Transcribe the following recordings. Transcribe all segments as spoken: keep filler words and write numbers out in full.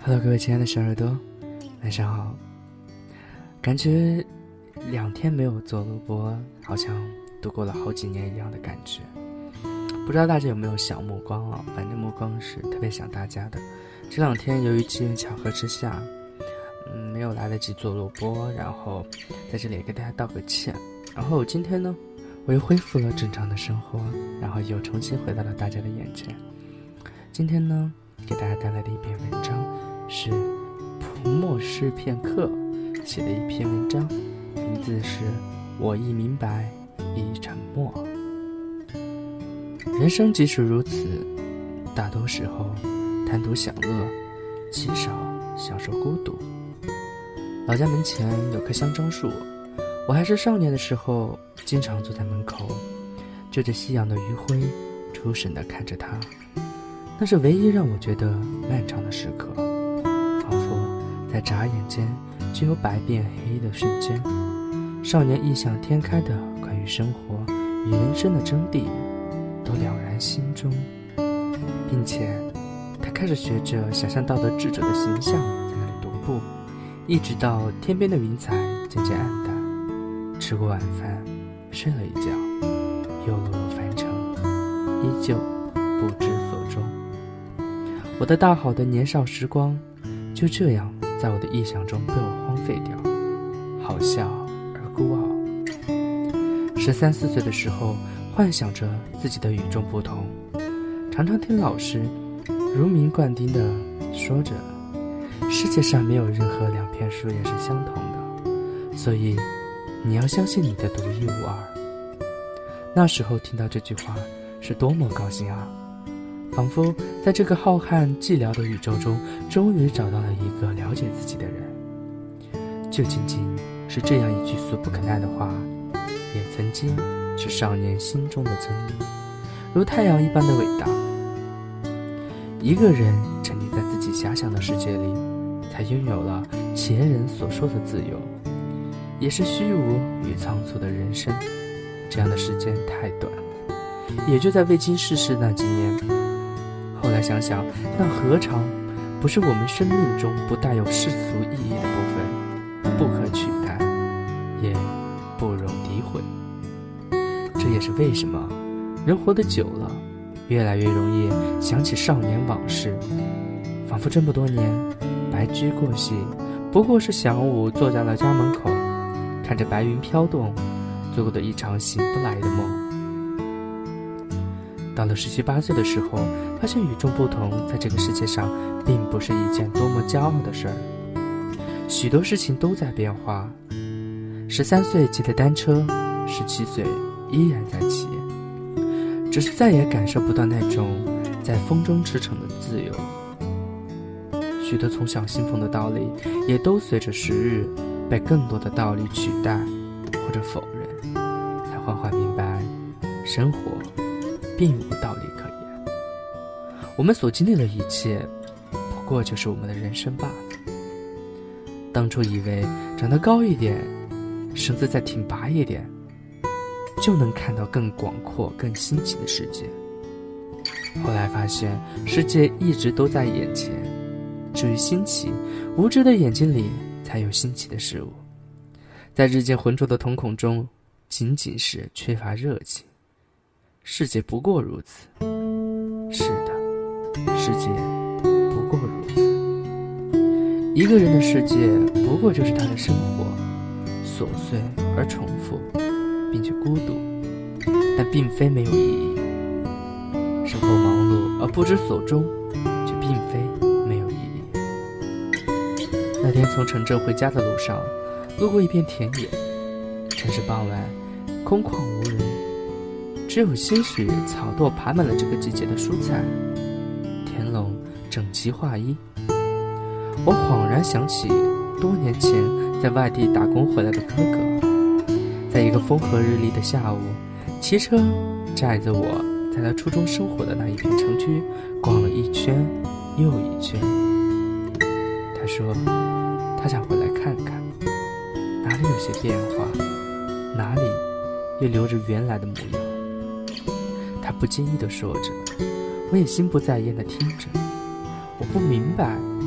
Hello， 各位亲爱的小耳朵，晚上好。感觉两天没有做录播，好像度过了好几年一样的感觉。不知道大家有没有想目光啊？反正目光是特别想大家的。这两天由于机缘巧合之下，嗯，没有来得及做录播，然后在这里也跟大家道个歉。然后今天呢，我又恢复了正常的生活，然后又重新回到了大家的眼前。今天呢，给大家带来的一篇文章是蒲默诗片刻写的一篇文章，名字是我亦明白亦沉默。人生即使如此，大多时候贪图享乐，极少享受孤独。老家门前有棵香樟树，我还是少年的时候，经常坐在门口，就着夕阳的余晖，出神地看着它。那是唯一让我觉得漫长的时刻，仿佛在眨眼间就有百变黑的瞬间。少年异想天开的关于生活与人生的真谛都了然心中，并且他开始学着想象道德智者的形象在那里踱步，一直到天边的云彩渐渐暗淡。吃过晚饭，睡了一觉，又落入凡尘，依旧不知所终。我的大好的年少时光就这样在我的臆想中被我荒废掉，好笑而孤傲。十三四岁的时候，幻想着自己的与众不同，常常听老师如鸣贯听地说着，世界上没有任何两片树叶是相同的，所以你要相信你的独一无二。那时候听到这句话是多么高兴啊！仿佛在这个浩瀚寂寥的宇宙中，终于找到了一个了解自己的人。就仅仅是这样一句俗不可耐的话，也曾经是少年心中的真理，如太阳一般的伟大。一个人沉溺在自己遐想的世界里，才拥有了前人所说的自由，也是虚无与仓促的人生。这样的时间太短，也就在未经世事那几年。后来想想，那何尝不是我们生命中不带有世俗意义的部分，不可取代，也不容诋毁。这也是为什么人活得久了，越来越容易想起少年往事，仿佛这么多年白驹过隙，不过是晌午坐在了家门口，看着白云飘动，做过的一场醒不来的梦。到了十七八岁的时候，发现与众不同在这个世界上并不是一件多么骄傲的事儿。许多事情都在变化，十三岁骑的单车，十七岁依然在骑，只是再也感受不到那种在风中驰骋的自由。许多从小信奉的道理，也都随着时日被更多的道理取代或者否认，才缓缓明白，生活并无道理可言。我们所经历的一切，不过就是我们的人生罢了。当初以为长得高一点，身子再挺拔一点，就能看到更广阔更新奇的世界。后来发现世界一直都在眼前，至于新奇，无知的眼睛里才有新奇的事物。在日渐浑浊的瞳孔中，仅仅是缺乏热情。世界不过如此，是的，世界不过如此。一个人的世界不过就是他的生活，琐碎而重复，并且孤独，但并非没有意义。生活忙碌而不知所终，却并非没有意义。那天从城镇回家的路上，路过一片田野，正是傍晚，空旷无人，只有些许草垛爬满了这个季节的蔬菜，田垄整齐划一。我恍然想起多年前在外地打工回来的哥哥，在一个风和日丽的下午，骑车载着我在他初中生活的那一片城区逛了一圈又一圈。他说他想回来看看，哪里有些变化，哪里又留着原来的模样。他不经意地说着，我也心不在焉地听着。我不明白这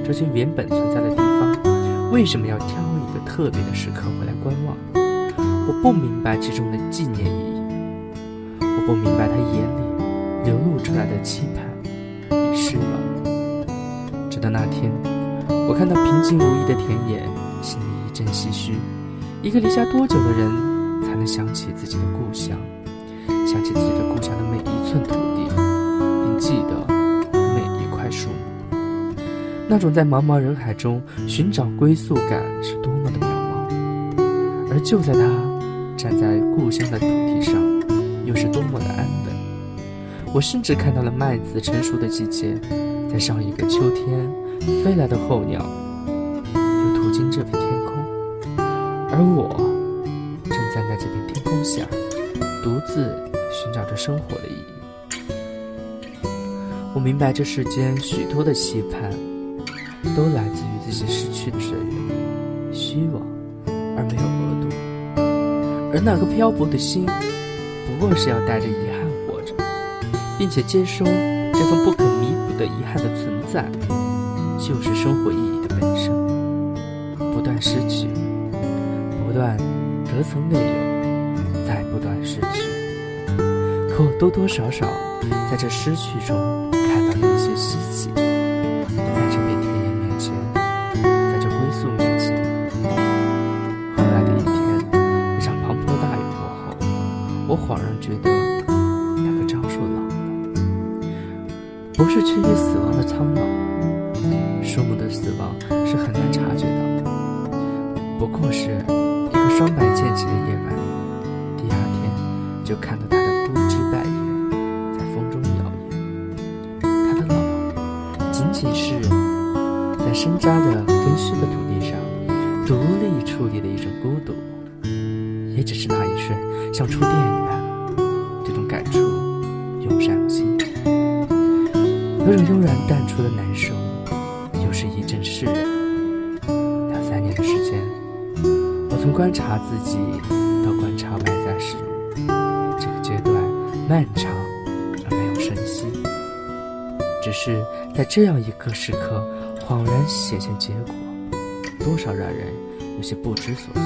这些原本存在的地方，为什么要挑一个特别的时刻回来观望？我不明白其中的纪念意义，我不明白他眼里流露出来的期盼与失望。直到那天，我看到平静无依的田野，心里一阵唏嘘。一个离家多久的人才能想起自己的故乡，想起自己的故乡的每一寸土地，并记得每一块树木？那种在茫茫人海中寻找归宿感是多么的渺茫，而就在他站在故乡的土地上，又是多么的安稳。我甚至看到了麦子成熟的季节，在上一个秋天，飞来的候鸟又途经这片天空，而我正站在这片天空下，独自寻找着生活的意义。我明白这世间许多的期盼都来自于自己失去的岁月，虚妄而没有额度，而那个漂泊的心不过是要带着遗憾活着，并且接收这份不可弥补的遗憾的存在，就是生活意义的本身。不断失去，不断得曾未有，再不断失去，可我多多少少在这失去中看到了一些希冀。在这片田野面前，在这归宿面前，后来的一天，一场磅礴大雨过后，我恍然觉得那个樟树老了，不是趋于死亡的苍老，树木的死亡是很难察觉到的，不过是一个霜白渐起的夜晚，第二天就看到它的枯枝败叶在风中摇曳。它的老仅仅是在深扎的根湿的土地上独立矗立的一种孤独，也只是那一瞬像触电一般，这种感触涌上心头，有种悠然淡出的难受，又是一阵释然。两三年的时间，我从观察自己到观察外在事物，这个阶段漫长而没有声息，只是在这样一个时刻恍然显现结果，多少让人有些不知所措。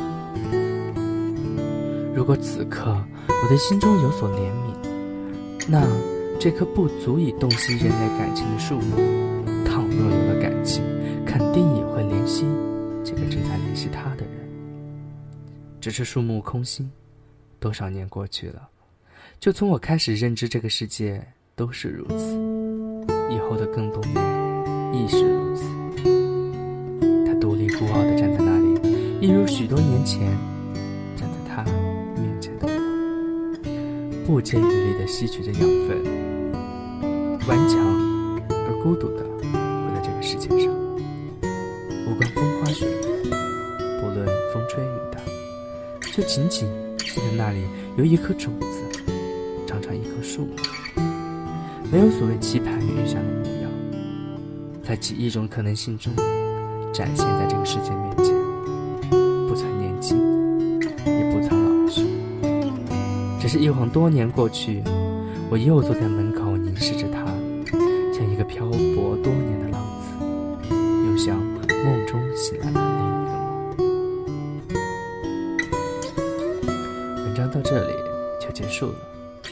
如果此刻我的心中有所怜悯，那这棵不足以洞悉人类感情的树木，倘若有了感情，肯定也会怜惜这个正在怜惜它的人。只是树木空心，多少年过去了，就从我开始认知这个世界都是如此，以后的更多年亦是如此。他独立孤傲地站在那里，一如许多年前站在他面前的我，不遗余力地吸取着养分，顽强而孤独地活在这个世界上，无关风花雪月，不论风吹雨打，就仅仅记得那里有一颗种子，长成一棵树木，没有所谓期盼与预想的模样，在几亿种可能性中展现在这个世界面前，不曾年轻，也不曾老去。只是一晃多年过去，我又坐在门口凝视着它，像一个漂泊多年的浪子，又像梦中醒来的另一个梦。文章到这里就结束了。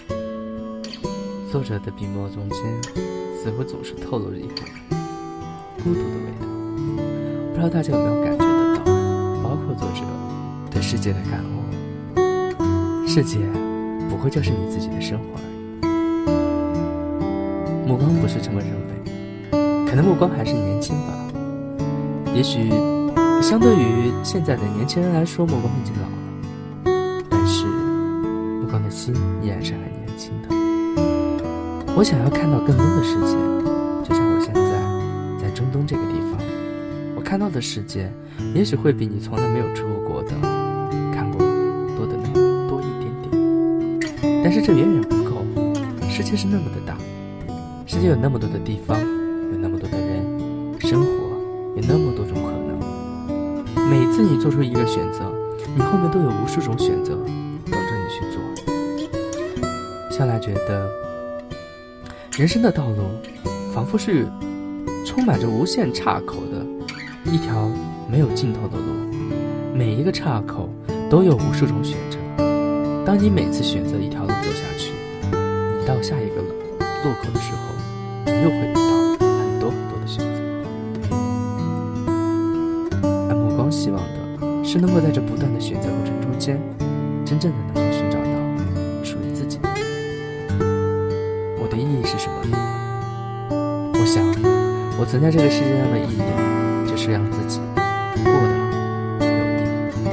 作者的笔墨中间似乎总是透露着一股孤独的味道，不知道大家有没有感觉得到，包括作者对世界的感悟。世界不会就是你自己的生活而已。目光不是这么认为，可能目光还是年轻吧，也许相对于现在的年轻人来说，目光已经老了，但是目光的心依然是很年轻的。我想要看到更多的世界，就像我现在在中东这个地方，我看到的世界也许会比你从来没有出过的看过多的那么多一点点，但是这远远不够。世界是那么的大，世界有那么多的地方，有那么多的人，生活有那么多种可能。每次你做出一个选择，你后面都有无数种选择等着你去做。向来觉得人生的道路仿佛是充满着无限岔口的一条没有尽头的路，每一个岔口都有无数种选择。当你每次选择一条路走下去，你到下一个路口的时候，你又会遇到很多很多的选择。而目光希望的是能够在这不断的选择过程中间，真正的能够寻找到属于自己的意义。我的意义是什么呢？我想我存在这个世界上的意义，就是让自己过得有意义。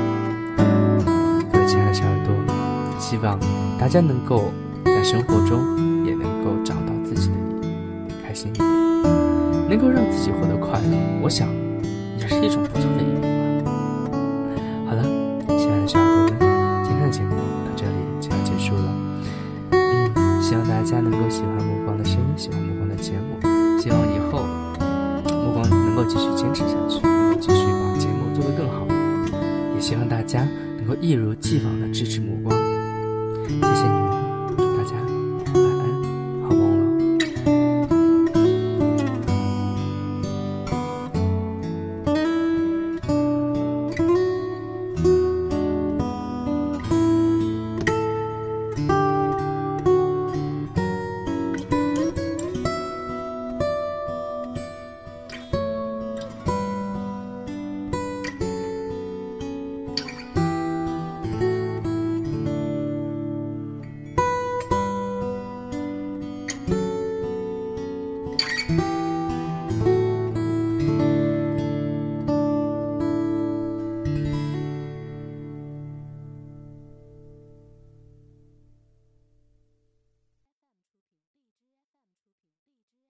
各位亲爱的小耳朵，希望大家能够在生活中也能够找到自己的意义，开心一点，能够让自己获得快乐，我想也是一种不错的意义吧。好了，亲爱的小耳朵们，今天的节目到这里就要结束了。嗯，希望大家能够喜欢目光的声音，喜欢目光的节目，希望以后目光能够继续坚持下去，能够继续把节目做得更好，也希望大家能够一如既往的支持目光。谢谢你